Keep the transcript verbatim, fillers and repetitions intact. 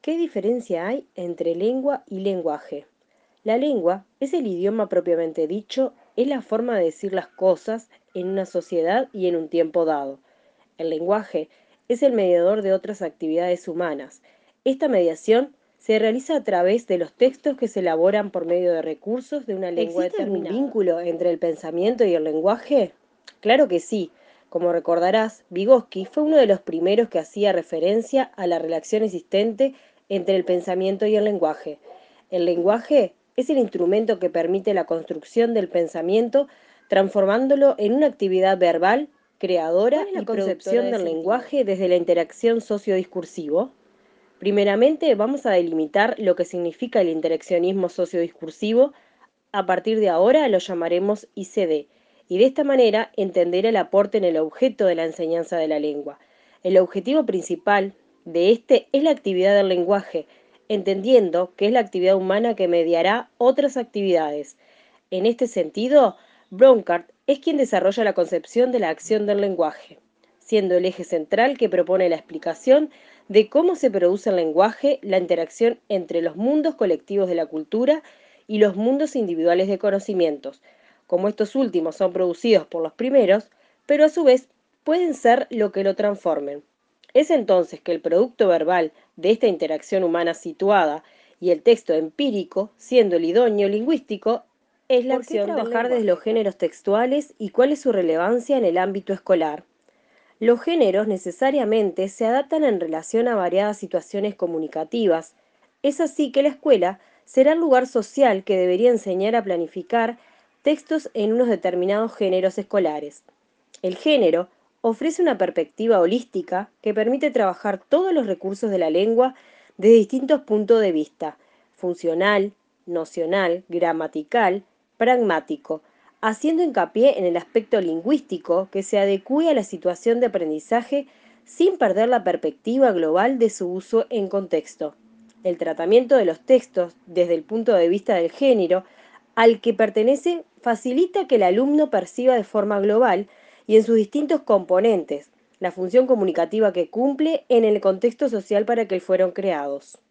¿Qué diferencia hay entre lengua y lenguaje? La lengua es el idioma propiamente dicho, es la forma de decir las cosas en una sociedad y en un tiempo dado. El lenguaje es el mediador de otras actividades humanas. Esta mediación se realiza a través de los textos que se elaboran por medio de recursos de una lengua ¿Existe algún determinada. vínculo ¿Entre el pensamiento y el lenguaje? Claro que sí. Como recordarás, Vygotsky fue uno de los primeros que hacía referencia a la relación existente entre el pensamiento y el lenguaje. El lenguaje es el instrumento que permite la construcción del pensamiento, transformándolo en una actividad verbal, ¿Cuál creadora es la y conceptora producción de del sentido? lenguaje desde la interacción sociodiscursivo. Primeramente, vamos a delimitar lo que significa el interaccionismo sociodiscursivo. A partir de ahora lo llamaremos I C D, y de esta manera entender el aporte en el objeto de la enseñanza de la lengua. El objetivo principal de este es la actividad del lenguaje, entendiendo que es la actividad humana que mediará otras actividades. En este sentido, Brouckart es quien desarrolla la concepción de la acción del lenguaje, siendo el eje central que propone la explicación de cómo se produce el lenguaje, la interacción entre los mundos colectivos de la cultura y los mundos individuales de conocimientos, como estos últimos son producidos por los primeros, pero a su vez pueden ser lo que lo transformen. Es entonces que el producto verbal de esta interacción humana situada y el texto empírico, siendo el idóneo lingüístico, es la ¿Por qué acción del trabajar desde los lenguaje. géneros Textuales y cuál es su relevancia en el ámbito escolar. Los géneros necesariamente se adaptan en relación a variadas situaciones comunicativas. Es así que la escuela será el lugar social que debería enseñar a planificar textos en unos determinados géneros escolares. El género ofrece una perspectiva holística que permite trabajar todos los recursos de la lengua desde distintos puntos de vista: funcional, nocional, gramatical, pragmático, haciendo hincapié en el aspecto lingüístico que se adecue a la situación de aprendizaje sin perder la perspectiva global de su uso en contexto. El tratamiento de los textos desde el punto de vista del género al que pertenece facilita que el alumno perciba de forma global y en sus distintos componentes la función comunicativa que cumple en el contexto social para que fueron creados.